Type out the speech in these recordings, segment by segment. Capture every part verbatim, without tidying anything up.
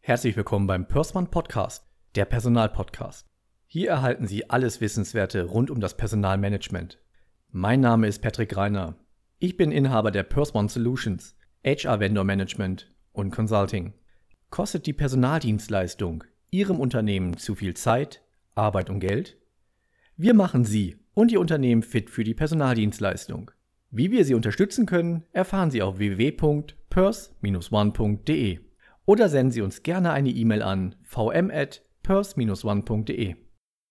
Herzlich willkommen beim Pörsmann Podcast, der Personalpodcast. Hier erhalten Sie alles Wissenswerte rund um das Personalmanagement. Mein Name ist Patrick Reiner. Ich bin Inhaber der Pörsmann Solutions, H R Vendor Management und Consulting. Kostet die Personaldienstleistung Ihrem Unternehmen zu viel Zeit, Arbeit und Geld? Wir machen Sie und Ihr Unternehmen fit für die Personaldienstleistung. Wie wir Sie unterstützen können, erfahren Sie auf w w w punkt pers Bindestrich one punkt d e oder senden Sie uns gerne eine E-Mail an v m at pers Bindestrich one punkt d e.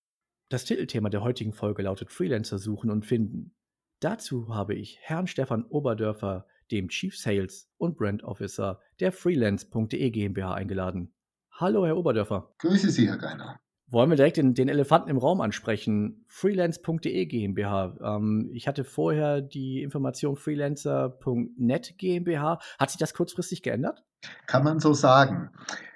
Das Titelthema der heutigen Folge lautet Freelancer suchen und finden. Dazu habe ich Herrn Stefan Oberdörfer, dem Chief Sales und Brand Officer der freelance punkt d e GmbH eingeladen. Hallo, Herr Oberdörfer. Grüße Sie, Herr Greiner. Wollen wir direkt den, den Elefanten im Raum ansprechen? freelance punkt d e GmbH. Ähm, ich hatte vorher die Information freelancer punkt net GmbH. Hat sich das kurzfristig geändert? Kann man so sagen.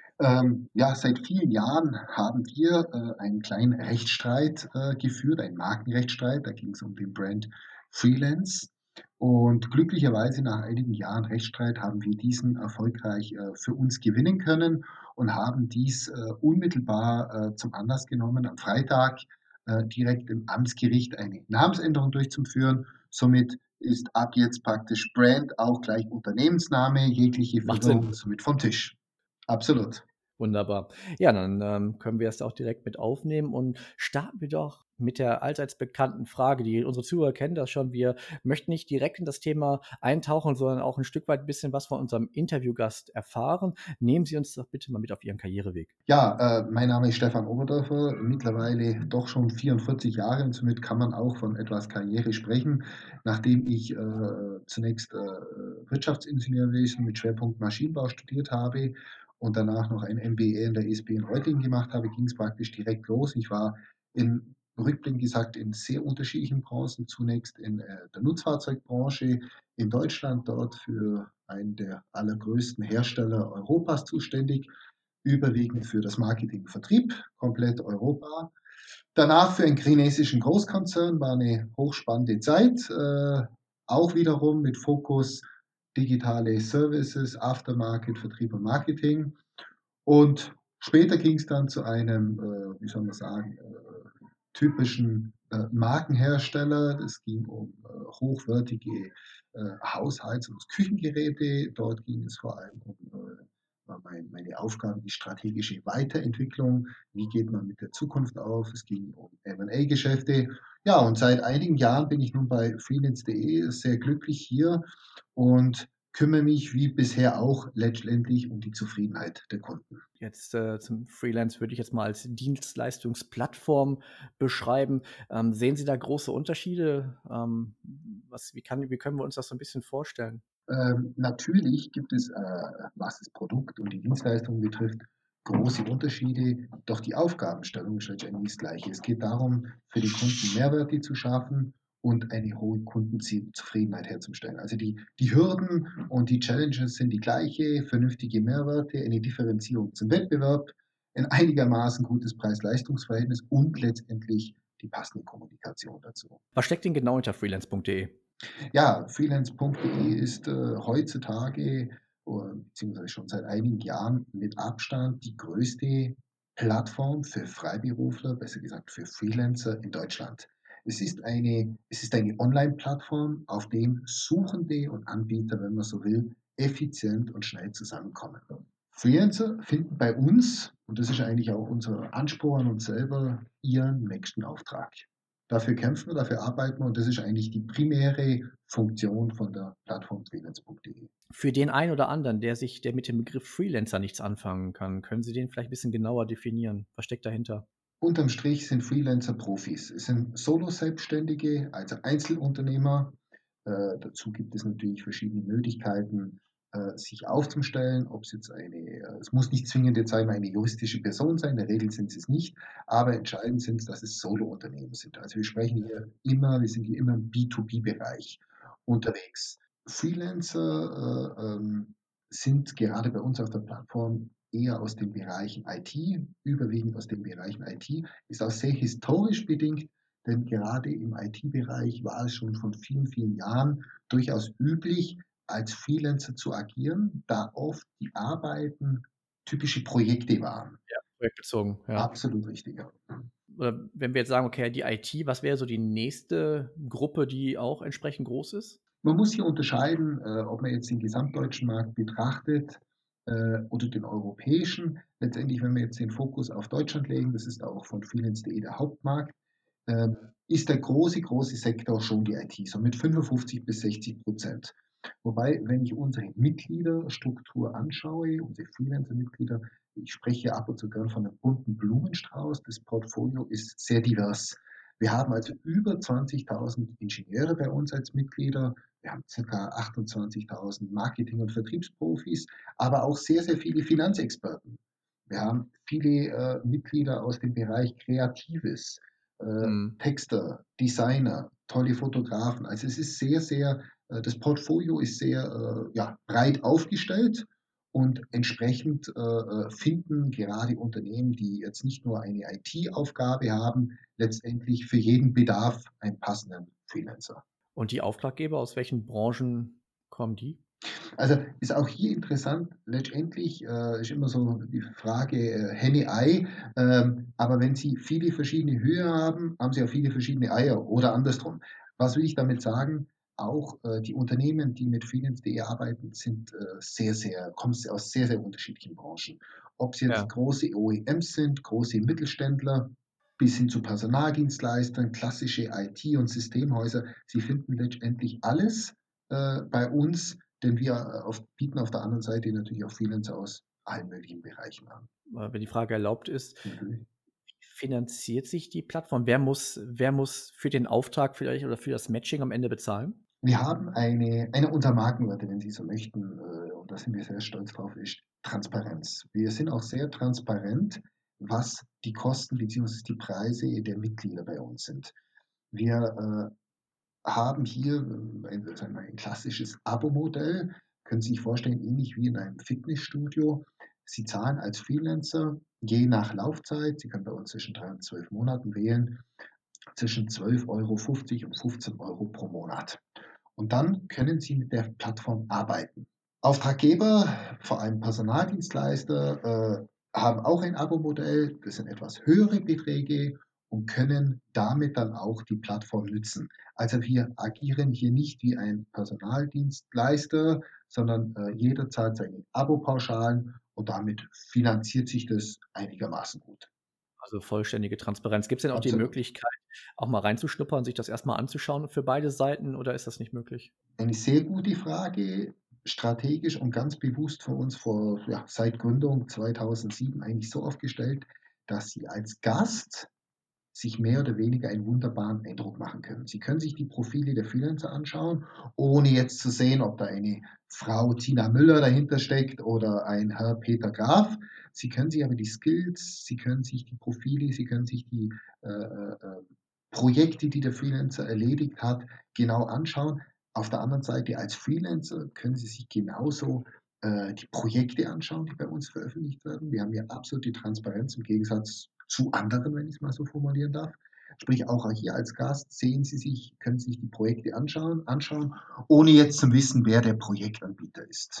Ähm, ja, seit vielen Jahren haben wir äh, einen kleinen Rechtsstreit äh, geführt, einen Markenrechtsstreit. Da ging es um den Brand Freelance. Und glücklicherweise nach einigen Jahren Rechtsstreit haben wir diesen erfolgreich äh, für uns gewinnen können und haben dies äh, unmittelbar äh, zum Anlass genommen, am Freitag äh, direkt im Amtsgericht eine Namensänderung durchzuführen. Somit ist ab jetzt praktisch Brand auch gleich Unternehmensname, jegliche Macht Verwirrung Sinn. ist somit vom Tisch. Absolut. Wunderbar. Ja, dann ähm, können wir es auch direkt mit aufnehmen und starten wir doch mit der allseits bekannten Frage, die unsere Zuhörer kennen das schon. Wir möchten nicht direkt in das Thema eintauchen, sondern auch ein Stück weit ein bisschen was von unserem Interviewgast erfahren. Nehmen Sie uns doch bitte mal mit auf Ihren Karriereweg. Ja, äh, mein Name ist Stefan Oberdörfer, mittlerweile doch schon vierundvierzig Jahre und somit kann man auch von etwas Karriere sprechen, nachdem ich äh, zunächst äh, Wirtschaftsingenieurwesen mit Schwerpunkt Maschinenbau studiert habe und danach noch ein M B A in der E S P in Reutlingen gemacht habe, ging es praktisch direkt los. Ich war in Rückblick gesagt in sehr unterschiedlichen Branchen, zunächst in äh, der Nutzfahrzeugbranche in Deutschland, dort für einen der allergrößten Hersteller Europas zuständig, überwiegend für das Marketing und Vertrieb, komplett Europa. Danach für einen chinesischen Großkonzern war eine hochspannende Zeit, äh, auch wiederum mit Fokus digitale Services, Aftermarket, Vertrieb und Marketing. Und später ging es dann zu einem, äh, wie soll man sagen, äh, typischen äh, Markenhersteller. Es ging um äh, hochwertige äh, Haushalts- und Küchengeräte. Dort ging es vor allem um äh, mein, meine Aufgaben, die strategische Weiterentwicklung. Wie geht man mit der Zukunft auf? Es ging um M und A-Geschäfte. Ja, und seit einigen Jahren bin ich nun bei freelance punkt de sehr glücklich hier und kümmere mich wie bisher auch letztendlich um die Zufriedenheit der Kunden. Jetzt äh, zum Freelance würde ich jetzt mal als Dienstleistungsplattform beschreiben. Ähm, sehen Sie da große Unterschiede? Ähm, was, wie, kann, wie können wir uns das so ein bisschen vorstellen? Ähm, natürlich gibt es, äh, was das Produkt und die Dienstleistung betrifft, große Unterschiede, doch die Aufgabenstellung ist letztendlich das Gleiche. Es geht darum, für die Kunden Mehrwerte zu schaffen und eine hohe Kundenzufriedenheit herzustellen. Also die, die Hürden und die Challenges sind die gleiche, vernünftige Mehrwerte, eine Differenzierung zum Wettbewerb, ein einigermaßen gutes Preis-Leistungs-Verhältnis und letztendlich die passende Kommunikation dazu. Was steckt denn genau hinter freelance punkt de? Ja, freelance punkt de ist äh, heutzutage, äh, beziehungsweise schon seit einigen Jahren mit Abstand die größte Plattform für Freiberufler, besser gesagt für Freelancer in Deutschland. Es ist eine, es ist eine Online-Plattform, auf dem Suchende und Anbieter, wenn man so will, effizient und schnell zusammenkommen. Freelancer finden bei uns, und das ist eigentlich auch unser Anspruch an uns selber, ihren nächsten Auftrag. Dafür kämpfen wir, dafür arbeiten wir und das ist eigentlich die primäre Funktion von der Plattform freelance punkt de. Für den einen oder anderen, der sich, der mit dem Begriff Freelancer nichts anfangen kann, können Sie den vielleicht ein bisschen genauer definieren? Was steckt dahinter? Unterm Strich sind Freelancer Profis. Es sind Solo-Selbstständige, also Einzelunternehmer. Äh, dazu gibt es natürlich verschiedene Möglichkeiten, äh, sich aufzustellen. Ob es jetzt eine, äh, es muss nicht zwingend jetzt einmal eine juristische Person sein, in der Regel sind sie es nicht, aber entscheidend sind es, dass es Solo-Unternehmen sind. Also wir sprechen hier immer, wir sind hier immer im B zwei B-Bereich unterwegs. Freelancer äh, ähm, sind gerade bei uns auf der Plattform eher aus den Bereichen I T, überwiegend aus den Bereichen I T, ist auch sehr historisch bedingt, denn gerade im I T-Bereich war es schon von vielen, vielen Jahren durchaus üblich, als Freelancer zu agieren, da oft die Arbeiten typische Projekte waren. Ja, projektbezogen, ja. Absolut richtig, ja. Oder wenn wir jetzt sagen, okay, die I T, was wäre so die nächste Gruppe, die auch entsprechend groß ist? Man muss hier unterscheiden, äh, ob man jetzt den gesamtdeutschen Markt betrachtet äh, oder den europäischen. Letztendlich, wenn wir jetzt den Fokus auf Deutschland legen, das ist auch von freelance punkt de der Hauptmarkt, äh, ist der große, große Sektor schon die I T, so mit fünfundfünfzig bis sechzig Prozent. Wobei, wenn ich unsere Mitgliederstruktur anschaue, unsere Freelancer-Mitglieder, ich spreche ab und zu gern von einem bunten Blumenstrauß. Das Portfolio ist sehr divers. Wir haben also über zwanzigtausend Ingenieure bei uns als Mitglieder. Wir haben ca. achtundzwanzigtausend Marketing- und Vertriebsprofis, aber auch sehr, sehr viele Finanzexperten. Wir haben viele äh, Mitglieder aus dem Bereich Kreatives, äh, Mhm. Texter, Designer, tolle Fotografen. Also es ist sehr, sehr, äh, das Portfolio ist sehr äh, ja, breit aufgestellt und entsprechend äh, äh, finden gerade Unternehmen, die jetzt nicht nur eine I T-Aufgabe haben, letztendlich für jeden Bedarf einen passenden Freelancer. Und die Auftraggeber, aus welchen Branchen kommen die? Also ist auch hier interessant, letztendlich äh, ist immer so die Frage äh, Henne-Ei, ähm, aber wenn Sie viele verschiedene Höhe haben, haben Sie auch viele verschiedene Eier oder andersrum. Was will ich damit sagen? Auch äh, die Unternehmen, die mit freelance punkt de arbeiten, sind äh, sehr, sehr, kommen aus sehr, sehr unterschiedlichen Branchen. Ob es jetzt Ja. große O E Ms sind, große Mittelständler, bis hin zu Personaldienstleistern, klassische I T- und Systemhäuser, Sie finden letztendlich alles äh, bei uns, denn wir äh, auf, bieten auf der anderen Seite natürlich auch Freelancer aus allen möglichen Bereichen an. Äh, wenn die Frage erlaubt ist, Natürlich. finanziert sich die Plattform? Wer muss, wer muss für den Auftrag vielleicht oder für das Matching am Ende bezahlen? Wir haben eine, eine unserer Markenwörter, wenn Sie so möchten, äh, und da sind wir sehr stolz drauf, ist Transparenz. Wir sind auch sehr transparent, was die Kosten bzw. die Preise der Mitglieder bei uns sind. Wir äh, haben hier äh, ein, sagen wir, ein klassisches Abo-Modell, können Sie sich vorstellen, ähnlich wie in einem Fitnessstudio. Sie zahlen als Freelancer je nach Laufzeit, Sie können bei uns zwischen drei und zwölf Monaten wählen, zwischen zwölf Euro fünfzig und fünfzehn Euro pro Monat. Und dann können Sie mit der Plattform arbeiten. Auftraggeber, vor allem Personaldienstleister, äh, haben auch ein Abo-Modell. Das sind etwas höhere Beträge und können damit dann auch die Plattform nützen. Also wir agieren hier nicht wie ein Personaldienstleister, sondern äh, jeder zahlt seine Abo-Pauschalen und damit finanziert sich das einigermaßen gut. Also vollständige Transparenz. Gibt es denn auch die Absolut. Möglichkeit, auch mal reinzuschnuppern, sich das erstmal anzuschauen für beide Seiten oder ist das nicht möglich? Eine sehr gute Frage, strategisch und ganz bewusst von uns vor, ja, seit Gründung zweitausendsieben eigentlich so aufgestellt, dass Sie als Gast sich mehr oder weniger einen wunderbaren Eindruck machen können. Sie können sich die Profile der Freelancer anschauen, ohne jetzt zu sehen, ob da eine Frau Tina Müller dahinter steckt oder ein Herr Peter Graf. Sie können sich aber die Skills, Sie können sich die Profile, Sie können sich die äh, äh, Projekte, die der Freelancer erledigt hat, genau anschauen. Auf der anderen Seite als Freelancer können Sie sich genauso äh, die Projekte anschauen, die bei uns veröffentlicht werden. Wir haben hier absolute Transparenz im Gegensatz zu anderen, wenn ich es mal so formulieren darf. Sprich, auch hier als Gast sehen Sie sich, können Sie sich die Projekte anschauen, anschauen, ohne jetzt zu wissen, wer der Projektanbieter ist.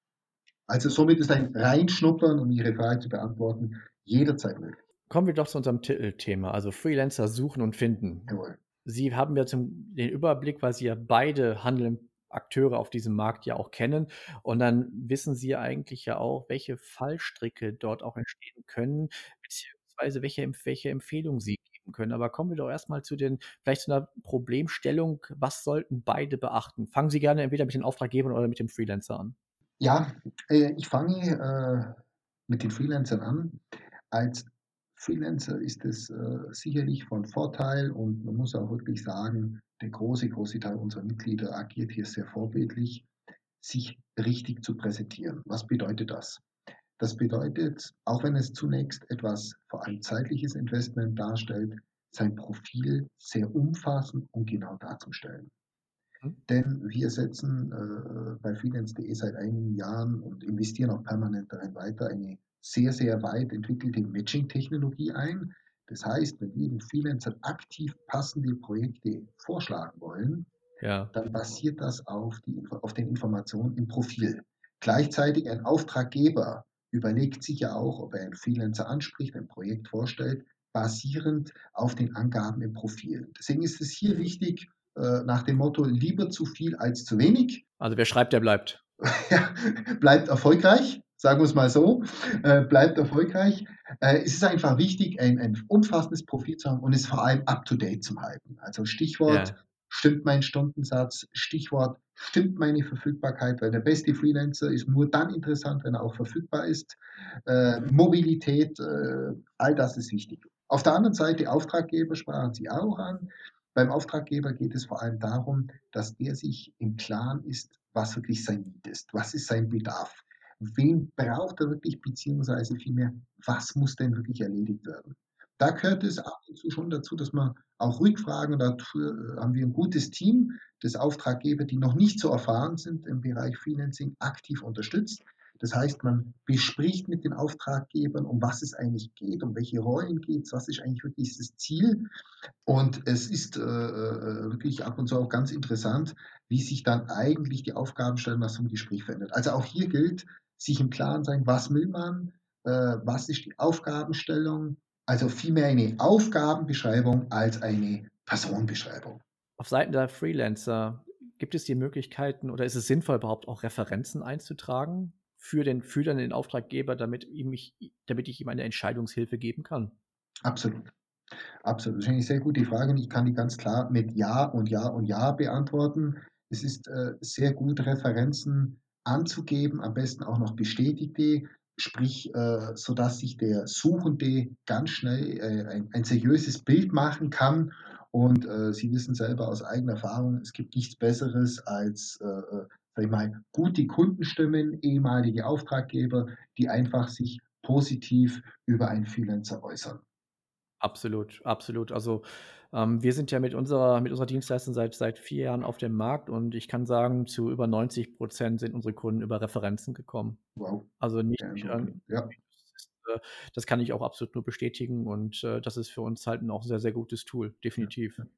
Also somit ist ein Reinschnuppern, um Ihre Frage zu beantworten, jederzeit möglich. Kommen wir doch zu unserem Titelthema, also Freelancer suchen und finden. Jawohl. Sie haben ja zum, den Überblick, weil Sie ja beide handelnden Akteure auf diesem Markt ja auch kennen. Und dann wissen Sie ja eigentlich ja auch, welche Fallstricke dort auch entstehen können, beziehungsweise welche, welche Empfehlungen Sie geben können. Aber kommen wir doch erstmal zu den, vielleicht zu einer Problemstellung. Was sollten beide beachten? Fangen Sie gerne entweder mit den Auftraggebern oder mit dem Freelancer an. Ja, äh, ich fange äh, mit den Freelancern an. Als Freelancer ist es äh, sicherlich von Vorteil und man muss auch wirklich sagen, der große, große Teil unserer Mitglieder agiert hier sehr vorbildlich, sich richtig zu präsentieren. Was bedeutet das? Das bedeutet, auch wenn es zunächst etwas vor allem zeitliches Investment darstellt, sein Profil sehr umfassend und genau darzustellen. Hm? Denn wir setzen äh, bei freelance punkt de seit einigen Jahren und investieren auch permanent darin weiter eine sehr, sehr weit entwickelte Matching-Technologie ein. Das heißt, wenn wir den Freelancern aktiv passende Projekte vorschlagen wollen, Ja. dann basiert das auf, die, auf den Informationen im Profil. Gleichzeitig ein Auftraggeber überlegt sich ja auch, ob er einen Freelancer anspricht, ein Projekt vorstellt, basierend auf den Angaben im Profil. Deswegen ist es hier wichtig, äh, nach dem Motto lieber zu viel als zu wenig. Also wer schreibt, der bleibt. Ja, bleibt erfolgreich, sagen wir es mal so, äh, bleibt erfolgreich. Äh, es ist einfach wichtig, ein, ein umfassendes Profil zu haben und es vor allem up-to-date zu halten. Also Stichwort, Ja, stimmt mein Stundensatz, Stichwort, stimmt meine Verfügbarkeit, weil der beste Freelancer ist nur dann interessant, wenn er auch verfügbar ist. Äh, Mobilität, äh, all das ist wichtig. Auf der anderen Seite, Auftraggeber sprachen Sie auch an. Beim Auftraggeber geht es vor allem darum, dass er sich im Klaren ist, was wirklich sein Need ist, was ist sein Bedarf, wen braucht er wirklich, beziehungsweise vielmehr, was muss denn wirklich erledigt werden. Da gehört es ab und zu schon dazu, dass man auch Rückfragen, und dafür haben wir ein gutes Team des Auftraggebers, die noch nicht so erfahren sind im Bereich Freelancing, aktiv unterstützt. Das heißt, man bespricht mit den Auftraggebern, um was es eigentlich geht, um welche Rollen geht es, was ist eigentlich wirklich das Ziel. Und es ist äh, äh, wirklich ab und zu auch ganz interessant, wie sich dann eigentlich die Aufgabenstellung nach so einem Gespräch verändert. Also auch hier gilt, sich im Klaren sein, was will man, äh, was ist die Aufgabenstellung, also vielmehr eine Aufgabenbeschreibung als eine Personenbeschreibung. auf Seiten der Freelancer gibt es die Möglichkeiten oder ist es sinnvoll, überhaupt auch Referenzen einzutragen für den, für dann den Auftraggeber, damit, ihm ich, damit ich ihm eine Entscheidungshilfe geben kann? Absolut. Absolut. Das ist eine sehr gute Frage und ich kann die ganz klar mit Ja und Ja und Ja beantworten. Es ist äh, sehr gut, Referenzen anzugeben, am besten auch noch bestätigte, sprich, äh, sodass sich der Suchende ganz schnell äh, ein, ein seriöses Bild machen kann. Und äh, Sie wissen selber aus eigener Erfahrung, es gibt nichts Besseres als, äh, äh, sag ich mal, gute Kundenstimmen, ehemalige Auftraggeber, die einfach sich positiv über einen Freelancer äußern. Absolut, absolut. Also, ähm, wir sind ja mit unserer mit unserer Dienstleistung seit seit vier Jahren auf dem Markt und ich kann sagen, zu über neunzig Prozent sind unsere Kunden über Referenzen gekommen. Wow, Also, nicht beeindruckend. irgendwie Ja. das ist, äh das kann ich auch absolut nur bestätigen und, äh, das ist für uns halt 'n auch sehr, sehr gutes Tool, Ja, definitiv. ja.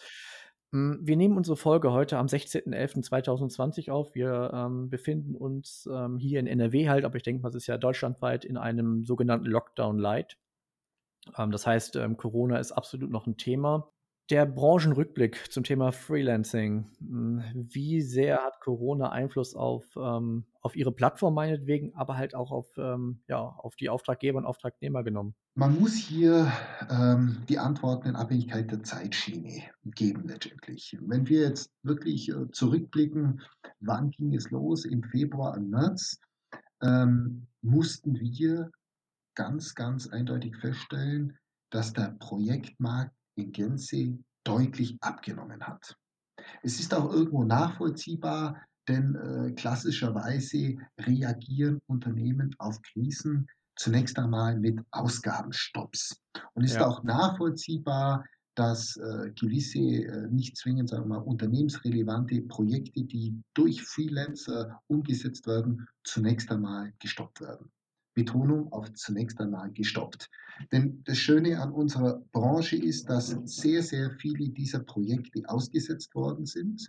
Hm, wir nehmen unsere Folge heute am sechzehnten elften zweitausendzwanzig auf. Wir, ähm, befinden uns, ähm, hier in N R W halt, aber ich denke mal, es ist ja deutschlandweit in einem sogenannten Lockdown Light. Ähm, das heißt, ähm, Corona ist absolut noch ein Thema. Der Branchenrückblick zum Thema Freelancing. Hm, wie sehr hat Corona Einfluss auf, ähm auf Ihre Plattform meinetwegen, aber halt auch auf, ähm ja, auf die Auftraggeber und Auftragnehmer genommen? Man muss hier ähm, die Antworten in Abhängigkeit der Zeitschiene geben letztendlich. Wenn wir jetzt wirklich äh, zurückblicken, wann ging es los? Im Februar, im März, ähm, mussten wir ganz, ganz eindeutig feststellen, dass der Projektmarkt in Gänze deutlich abgenommen hat. Es ist auch irgendwo nachvollziehbar, denn äh, klassischerweise reagieren Unternehmen auf Krisen zunächst einmal mit Ausgabenstopps. Und es ist Ja, auch nachvollziehbar, dass äh, gewisse, äh, nicht zwingend, sagen wir mal, unternehmensrelevante Projekte, die durch Freelancer umgesetzt werden, zunächst einmal gestoppt werden. Betonung auf zunächst einmal gestoppt. Denn das Schöne an unserer Branche ist, dass sehr, sehr viele dieser Projekte ausgesetzt worden sind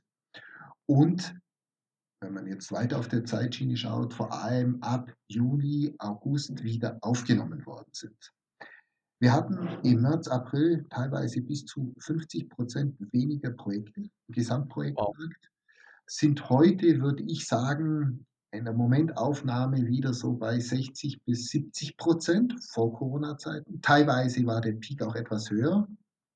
und wenn man jetzt weiter auf der Zeitschiene schaut, vor allem ab Juli, August wieder aufgenommen worden sind. Wir hatten im März, April teilweise bis zu fünfzig Prozent weniger Projekte im wow. Gesamtprojektmarkt, sind heute, würde ich sagen, in der Momentaufnahme wieder so bei sechzig bis siebzig Prozent vor Corona-Zeiten. Teilweise war der Peak auch etwas höher.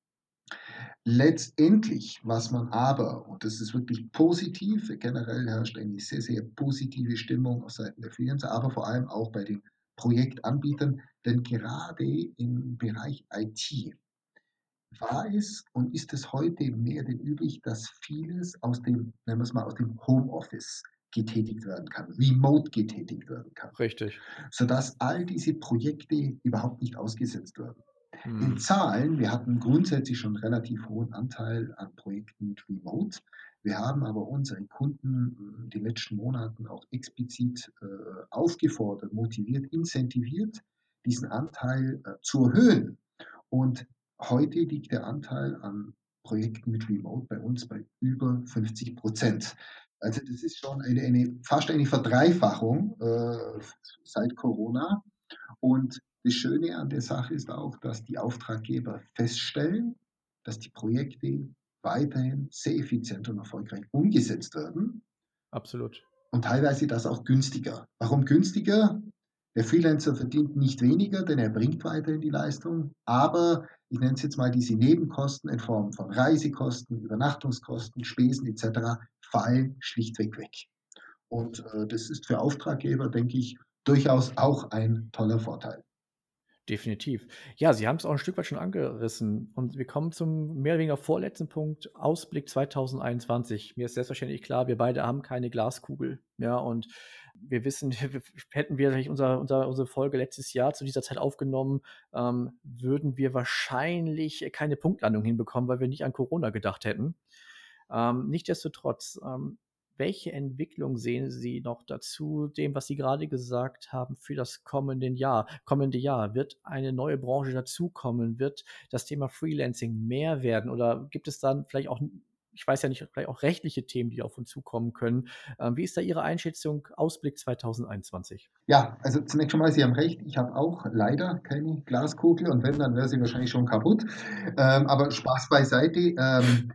Letztendlich, was man aber, und das ist wirklich positiv, generell herrscht eine sehr, sehr positive Stimmung auf Seiten der Freelancer, aber vor allem auch bei den Projektanbietern, denn gerade im Bereich I T war es und ist es heute mehr denn üblich, dass vieles aus dem, nennen wir es mal, aus dem Homeoffice getätigt werden kann, remote getätigt werden kann, Richtig. sodass all diese Projekte überhaupt nicht ausgesetzt werden. In Mhm. Zahlen, wir hatten grundsätzlich schon einen relativ hohen Anteil an Projekten mit Remote. Wir haben aber unsere Kunden in den letzten Monaten auch explizit äh, aufgefordert, motiviert, incentiviert, diesen Anteil äh, zu erhöhen. Und heute liegt der Anteil an Projekten mit Remote bei uns bei über fünfzig Prozent. Also das ist schon eine, eine fast eine Verdreifachung äh, seit Corona. Und das Schöne an der Sache ist auch, dass die Auftraggeber feststellen, dass die Projekte weiterhin sehr effizient und erfolgreich umgesetzt werden Absolut. und teilweise das auch günstiger. Warum günstiger? Der Freelancer verdient nicht weniger, denn er bringt weiterhin die Leistung, aber ich nenne es jetzt mal diese Nebenkosten in Form von Reisekosten, Übernachtungskosten, Spesen et cetera fallen schlichtweg weg. Und äh, das ist für Auftraggeber, denke ich, durchaus auch ein toller Vorteil. Definitiv. Ja, Sie haben es auch ein Stück weit schon angerissen. Und wir kommen zum mehr oder weniger vorletzten Punkt, Ausblick zwanzig einundzwanzig. Mir ist selbstverständlich klar, wir beide haben keine Glaskugel. Ja, und wir wissen, hätten wir unser, unser, unsere Folge letztes Jahr zu dieser Zeit aufgenommen, ähm, würden wir wahrscheinlich keine Punktlandung hinbekommen, weil wir nicht an Corona gedacht hätten. Ähm, nichtsdestotrotz, ähm, welche Entwicklung sehen Sie noch dazu, dem, was Sie gerade gesagt haben, für das kommende Jahr? Kommende Jahr, wird eine neue Branche dazukommen? Wird das Thema Freelancing mehr werden? Oder gibt es dann vielleicht auch, ich weiß ja nicht, vielleicht auch rechtliche Themen, die auf uns zukommen können? Ähm, wie ist da Ihre Einschätzung, Ausblick zwanzig einundzwanzig? Ja, also zunächst schon mal, Sie haben recht, ich habe auch leider keine Glaskugel und wenn, dann wäre sie wahrscheinlich schon kaputt. Ähm, aber Spaß beiseite. Ähm,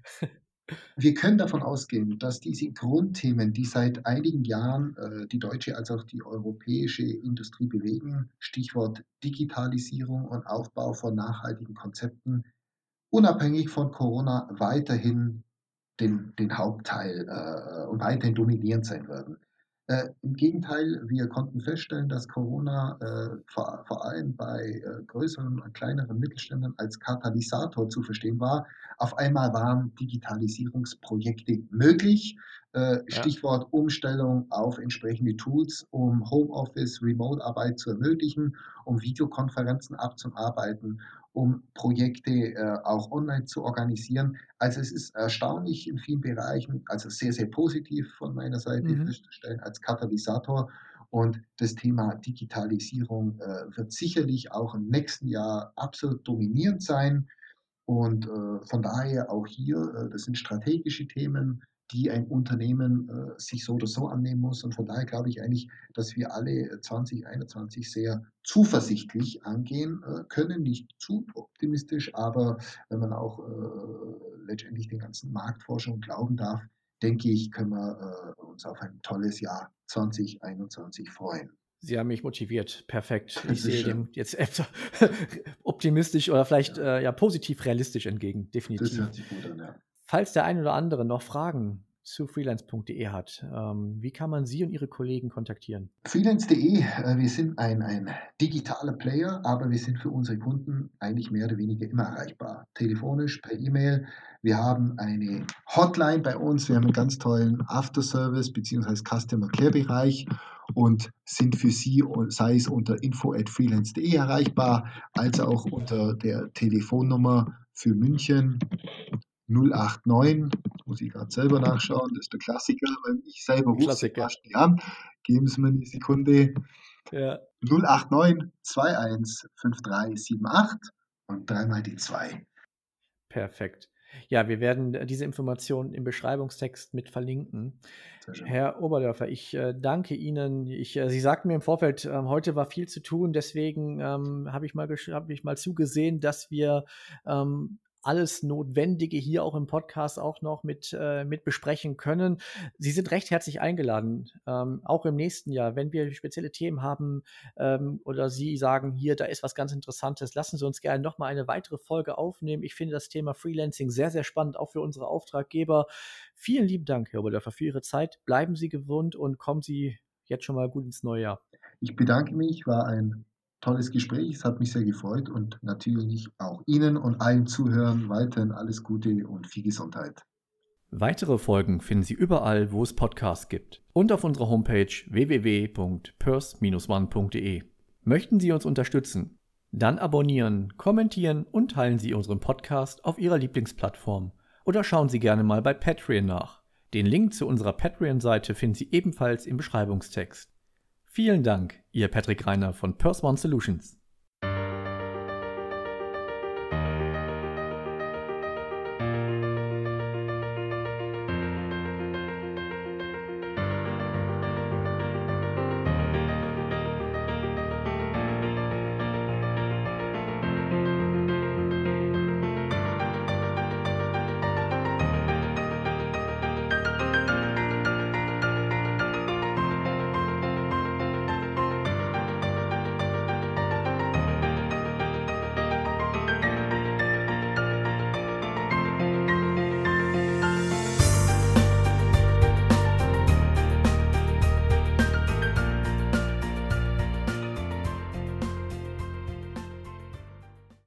wir können davon ausgehen, dass diese Grundthemen, die seit einigen Jahren äh, die deutsche als auch die europäische Industrie bewegen, Stichwort Digitalisierung und Aufbau von nachhaltigen Konzepten, unabhängig von Corona weiterhin den, den Hauptteil äh, und weiterhin dominierend sein werden. Äh, Im Gegenteil, wir konnten feststellen, dass Corona äh, vor, vor allem bei äh, größeren und kleineren Mittelständern als Katalysator zu verstehen war. Auf einmal waren Digitalisierungsprojekte möglich. Äh, Ja. Stichwort Umstellung auf entsprechende Tools, um Homeoffice, Remote-Arbeit zu ermöglichen, um Videokonferenzen abzuarbeiten, um Projekte äh, auch online zu organisieren. Also es ist erstaunlich in vielen Bereichen, also sehr, sehr positiv von meiner Seite Mhm. festzustellen als Katalysator. Und das Thema Digitalisierung äh, wird sicherlich auch im nächsten Jahr absolut dominierend sein. Und äh, von daher auch hier, äh, das sind strategische Themen, die ein Unternehmen äh, sich so oder so annehmen muss. Und von daher glaube ich eigentlich, dass wir alle zwanzig einundzwanzig sehr zuversichtlich angehen äh, können. Nicht zu optimistisch, aber wenn man auch äh, letztendlich den ganzen Marktforschungen glauben darf, denke ich, können wir äh, uns auf ein tolles Jahr zwanzig einundzwanzig freuen. Sie haben mich motiviert. Perfekt. Ich Das ist sehe schön. dem jetzt etwa optimistisch oder vielleicht Ja, äh, ja positiv realistisch entgegen. das Definitiv. hört sich gut an, ja. Falls der ein oder andere noch Fragen zu freelance punkt de hat, ähm, wie kann man Sie und Ihre Kollegen kontaktieren? Freelance punkt de, äh, wir sind ein, ein digitaler Player, aber wir sind für unsere Kunden eigentlich mehr oder weniger immer erreichbar. Telefonisch, per E-Mail. Wir haben eine Hotline bei uns, wir haben einen ganz tollen After-Service bzw. Customer Care-Bereich und sind für Sie, sei es unter info at freelance punkt de erreichbar, als auch unter der Telefonnummer für München null acht neun, muss ich gerade selber nachschauen, das ist der Klassiker, weil ich selber rufe sie Klassiker. fast nicht an. Geben Sie mir eine Sekunde. Ja, null acht neun zwei eins fünf drei sieben acht und dreimal die zwei. perfekt. Ja, wir werden äh, diese Informationen im Beschreibungstext mit verlinken. Sehr schön. Herr Oberdörfer, ich äh, danke Ihnen. Ich, äh, Sie sagten mir im Vorfeld, ähm, heute war viel zu tun, deswegen ähm, habe ich, mal gesch- hab ich mal zugesehen, dass wir ähm, alles Notwendige hier auch im Podcast auch noch mit, äh, mit besprechen können. Sie sind recht herzlich eingeladen, ähm, auch im nächsten Jahr, wenn wir spezielle Themen haben ähm, oder Sie sagen, hier, da ist was ganz Interessantes, lassen Sie uns gerne nochmal eine weitere Folge aufnehmen. Ich finde das Thema Freelancing sehr, sehr spannend, auch für unsere Auftraggeber. Vielen lieben Dank, Herr Oberdörfer, für Ihre Zeit. Bleiben Sie gesund und kommen Sie jetzt schon mal gut ins neue Jahr. Ich bedanke mich, war ein tolles Gespräch, es hat mich sehr gefreut und natürlich auch Ihnen und allen Zuhörern weiterhin alles Gute und viel Gesundheit. Weitere Folgen finden Sie überall, wo es Podcasts gibt und auf unserer Homepage w w w punkt pers one punkt de. Möchten Sie uns unterstützen? Dann abonnieren, kommentieren und teilen Sie unseren Podcast auf Ihrer Lieblingsplattform oder schauen Sie gerne mal bei Patreon nach. Den Link zu unserer Patreon-Seite finden Sie ebenfalls im Beschreibungstext. Vielen Dank, Ihr Patrick Reiner von Pers One Solutions.